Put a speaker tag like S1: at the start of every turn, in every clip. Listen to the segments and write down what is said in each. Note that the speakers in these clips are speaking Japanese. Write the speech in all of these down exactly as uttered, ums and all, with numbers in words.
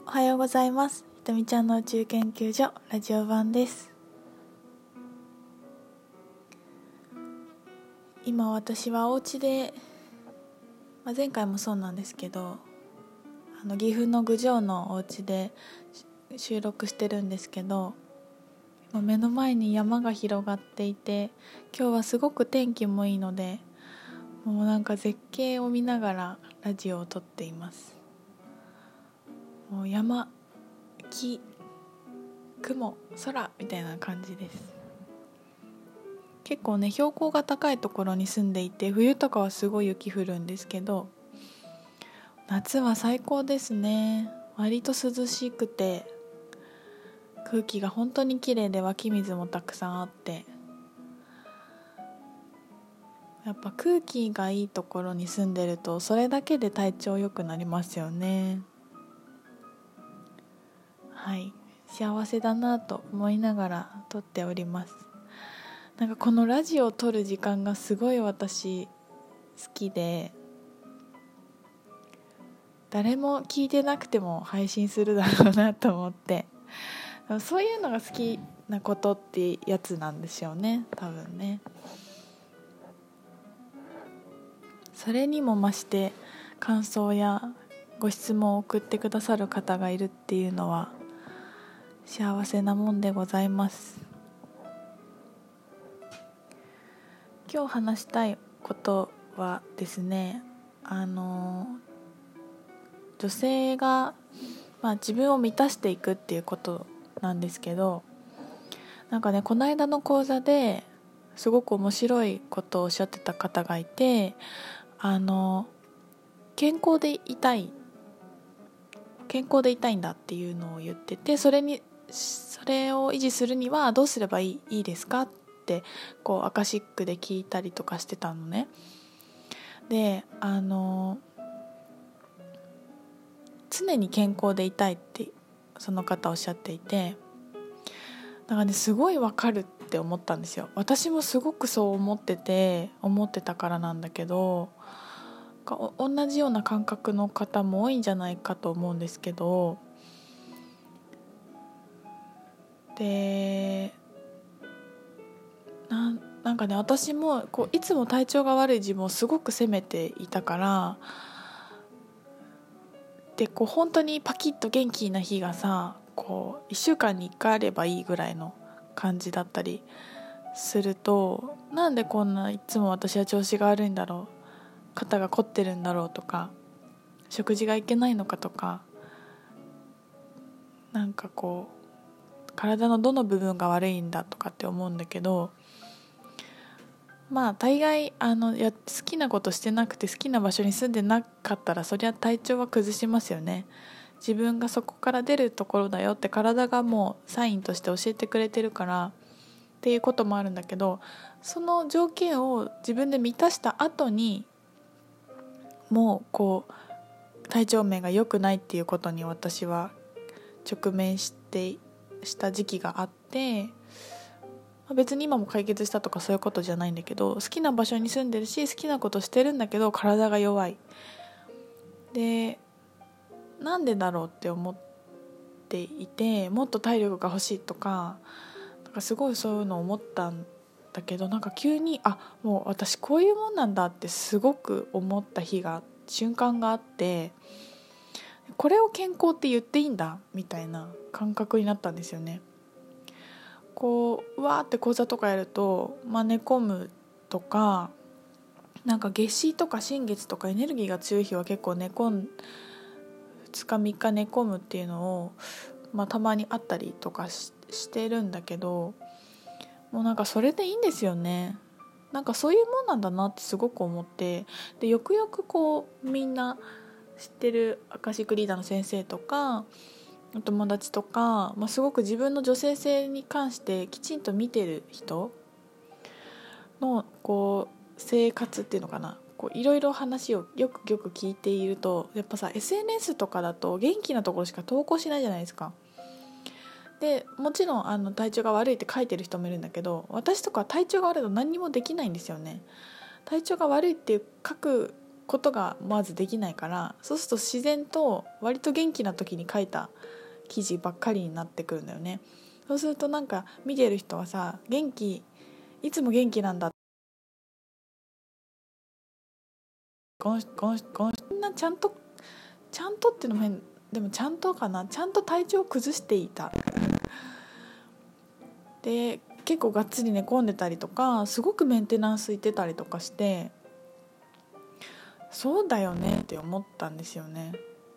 S1: おはようございます。ひとみちゃんの宇宙研究所ラジオ版です。今私はお家で、まあ、前回もそうなんですけどあの岐阜の郡上のお家で収録してるんですけど、もう目の前に山が広がっていて、今日はすごく天気もいいので、もうなんか絶景を見ながらラジオを撮っています。もう山、木、雲、空みたいな感じです。結構ね、標高が高いところに住んでいて、冬とかはすごい雪降るんですけど、夏は最高ですね。割と涼しくて空気が本当に綺麗で、湧き水もたくさんあって、やっぱ空気がいいところに住んでるとそれだけで体調良くなりますよね。はい、幸せだなと思いながら撮っております。なんかこのラジオを撮る時間がすごい私好きで、誰も聞いてなくても配信するだろうなと思って、そういうのが好きなことってやつなんですよね、多分ね。それにも増して感想やご質問を送ってくださる方がいるっていうのは幸せなもんでございます。今日話したいことはですね、あの女性が、まあ、自分を満たしていくっていうことなんですけど、なんかね、この間の講座ですごく面白いことをおっしゃってた方がいて、あの健康でいたい健康でいたいんだっていうのを言ってて、それにそれを維持するにはどうすればいい、いいですかってこうアカシックで聞いたりとかしてたのね。で、あの常に健康でいたいってその方おっしゃっていて、だからね、すごいわかるって思ったんですよ。私もすごくそう思ってて思ってたからなんだけど、同じような感覚の方も多いんじゃないかと思うんですけど、でな, なんかね、私もこういつも体調が悪い自分をすごく責めていたから、でこう本当にパキッと元気な日がさ、こういっしゅうかんにいっかいあればいいぐらいの感じだったりすると、なんでこんないつも私は調子が悪いんだろう、肩が凝ってるんだろうとか、食事がいけないのかとか、なんかこう体のどの部分が悪いんだとかって思うんだけど、まあ大概あのや好きなことしてなくて好きな場所に住んでなかったら、そりゃ体調は崩しますよね。自分がそこから出るところだよって体がもうサインとして教えてくれてるからっていうこともあるんだけど、その条件を自分で満たした後にもうこう体調面が良くないっていうことに私は直面してした時期があって、別に今も解決したとかそういうことじゃないんだけど、好きな場所に住んでるし好きなことしてるんだけど体が弱い。で、なんでだろうって思っていて、もっと体力が欲しいとか、なんかすごいそういうのを思ったんだけど、なんか急にあもう私こういうもんなんだってすごく思った日が瞬間があって、これを健康って言っていいんだみたいな感覚になったんですよね。こううわーって講座とかやると、まあ、寝込むとか、なんか夏至とか新月とかエネルギーが強い日は結構寝込んふつかみっか寝込むっていうのを、まあ、たまにあったりとか し, してるんだけど、もうなんかそれでいいんですよね。なんかそういうもんなんだなってすごく思って、でよくよくこうみんな知ってるアカシックリーダーの先生とかお友達とか、まあ、すごく自分の女性性に関してきちんと見てる人のこう生活っていうのかな、こういろいろ話をよくよく聞いていると、やっぱさ エスエヌエス とかだと元気なところしか投稿しないじゃないですか。でもちろんあの体調が悪いって書いてる人もいるんだけど、私とか体調が悪いと何にもできないんですよね。体調が悪いって書くことがまずできないから、そうすると自然と割と元気な時に書いた記事ばっかりになってくるんだよね。そうするとなんか見てる人はさ、元気いつも元気なんだ、このこのこのそんなちゃんとちゃんとっていうのも変でもちゃんとかなちゃんと体調を崩していたで結構がっつり寝込んでたりとか、すごくメンテナンス行ってたりとかして、そうだよねって思ったんですよね。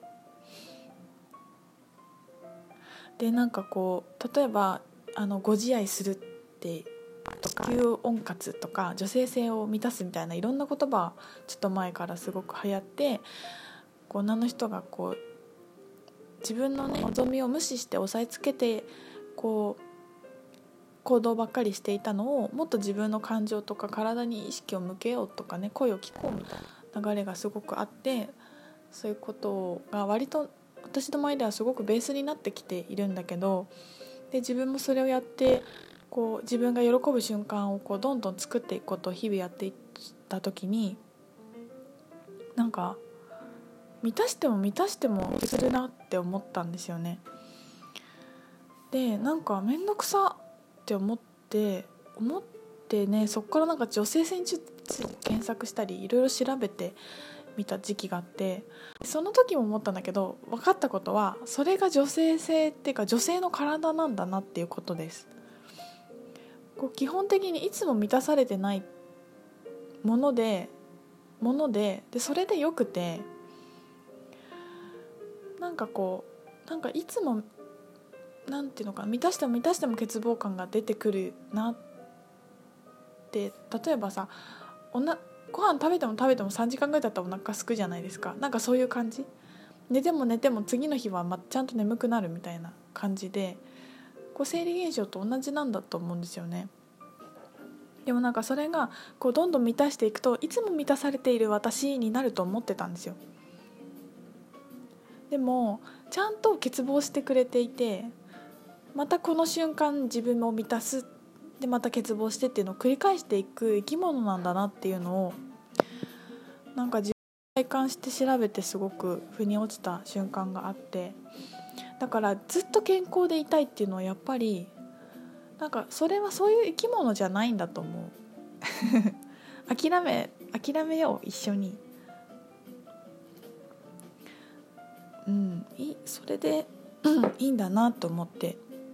S1: でなんかこう例えばあのご自愛するってとか子宮温活とか女性性を満たすみたいないろんな言葉ちょっと前からすごく流行って、こう女の人がこう自分のね望みを無視して押さえつけてこう行動ばっかりしていたのを、もっと自分の感情とか体に意識を向けようとかね、声を聞こうみたいな流れがすごくあって、そういうことが割と私の前ではすごくベースになってきているんだけど、で自分もそれをやってこう自分が喜ぶ瞬間をこうどんどん作っていくことを日々やっていった時に、なんか満たしても満たしてもするなって思ったんですよね。でなんか面倒くさって思って思ってね、そこからなんか女性性について検索したりいろいろ調べてみた時期があって、その時も思ったんだけど、分かったことはそれが女性性っていうか女性の体なんだなっていうことです。こう基本的にいつも満たされてないものでものででそれでよくて、なんかこうなんかいつもなんていうのかな、満たしても満たしても欠乏感が出てくるなって。例えばさ、おなご飯食べても食べてもさんじかんぐらいだったらお腹すくじゃないですか。なんかそういう感じ。寝ても寝ても次の日はまちゃんと眠くなるみたいな感じで、こう生理現象と同じなんだと思うんですよね。でもなんかそれがこうどんどん満たしていくと、いつも満たされている私になると思ってたんですよ。でもちゃんと欠乏してくれていて、またこの瞬間自分も満たす、でまた欠乏してっていうのを繰り返していく生き物なんだなっていうのを、なんか自分体感して調べてすごく腑に落ちた瞬間があって、だからずっと健康でいたいっていうのはやっぱりなんかそれはそういう生き物じゃないんだと思う諦め諦めよう一緒に。うんいそれで、うん、いいんだなと思って、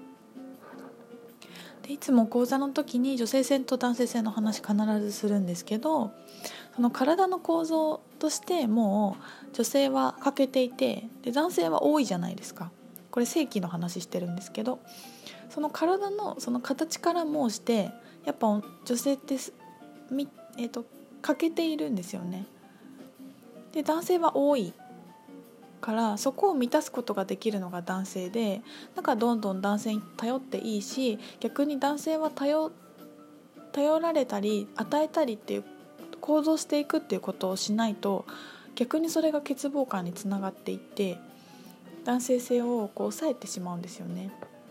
S1: でいつも講座の時に女性性と男性性の話必ずするんですけど、その体の構造としてもう女性は欠けていて、で男性は多いじゃないですか。これ性器の話してるんですけど、その体のその形から申してやっぱ女性ってみ、えーと、欠けているんですよね。で男性は多いからそこを満たすことができるのが男性で、だからどんどん男性に頼っていいし、逆に男性は頼頼られたり与えたりっていう行動していくっていうことをしないと、逆にそれが欠乏感につながっていって男性性をこう抑えてしまうんですよね。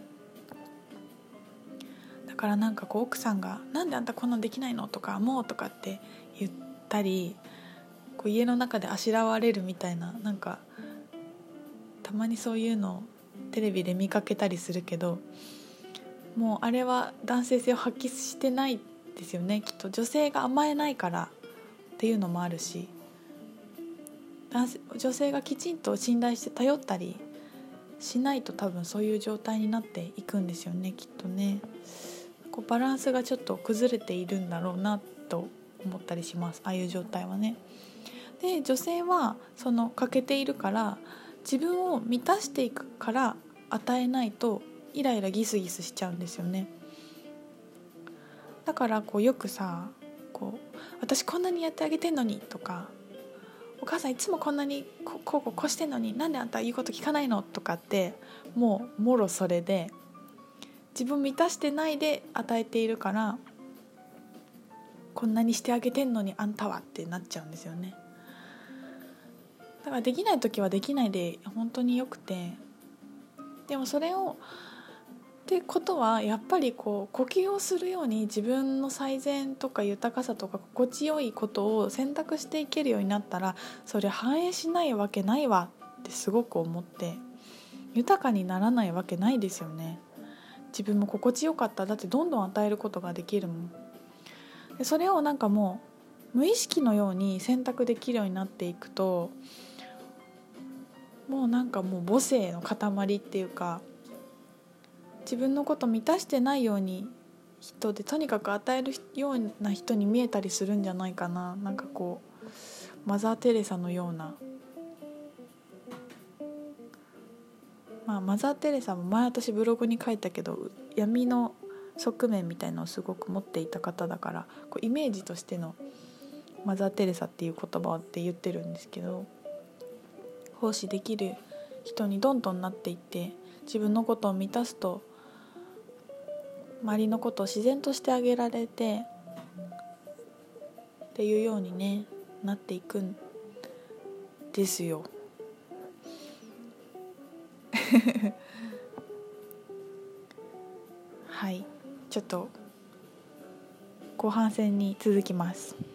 S1: だからなんかこう奥さんがなんであんたこんなんできないのとかもうとかって言ったり、こう家の中であしらわれるみたいな、なんかたまにそういうのをテレビで見かけたりするけど、もうあれは男性性を発揮してないですよね。きっと女性が甘えないからっていうのもあるし、男性女性がきちんと信頼して頼ったりしないと多分そういう状態になっていくんですよね、きっとね。こうバランスがちょっと崩れているんだろうなと思ったりします、ああいう状態はね。で女性はその欠けているから自分を満たしていくから与えないとイライラギスギスしちゃうんですよね。だからこうよくさこう私こんなにやってあげてんのにとか、お母さんいつもこんなにこうこうこうこうしてんのになんであんた言うこと聞かないのとかって、もうもろそれで自分満たしてないで与えているから、こんなにしてあげてんのにあんたはってなっちゃうんですよね。だからできない時はできないで本当によくて、でもそれをってことはやっぱりこう呼吸をするように自分の最善とか豊かさとか心地よいことを選択していけるようになったら、それ反映しないわけないわってすごく思って、豊かにならないわけないですよね。自分も心地よかった。だってどんどん与えることができるもん。でそれをなんかもう無意識のように選択できるようになっていくと、もうなんかもう母性の塊っていうか、自分のこと満たしてないように人でとにかく与えるような人に見えたりするんじゃないかな。なんかこうマザー・テレサのような、まあマザー・テレサも前私ブログに書いたけど、闇の側面みたいなのをすごく持っていた方だから、こうイメージとしてのマザー・テレサっていう言葉って言ってるんですけど、奉仕できる人にどんどんなっていって、自分のことを満たすと周りのことを自然としてあげられてっていうようにねなっていくんですよはい、ちょっと後半戦に続きます。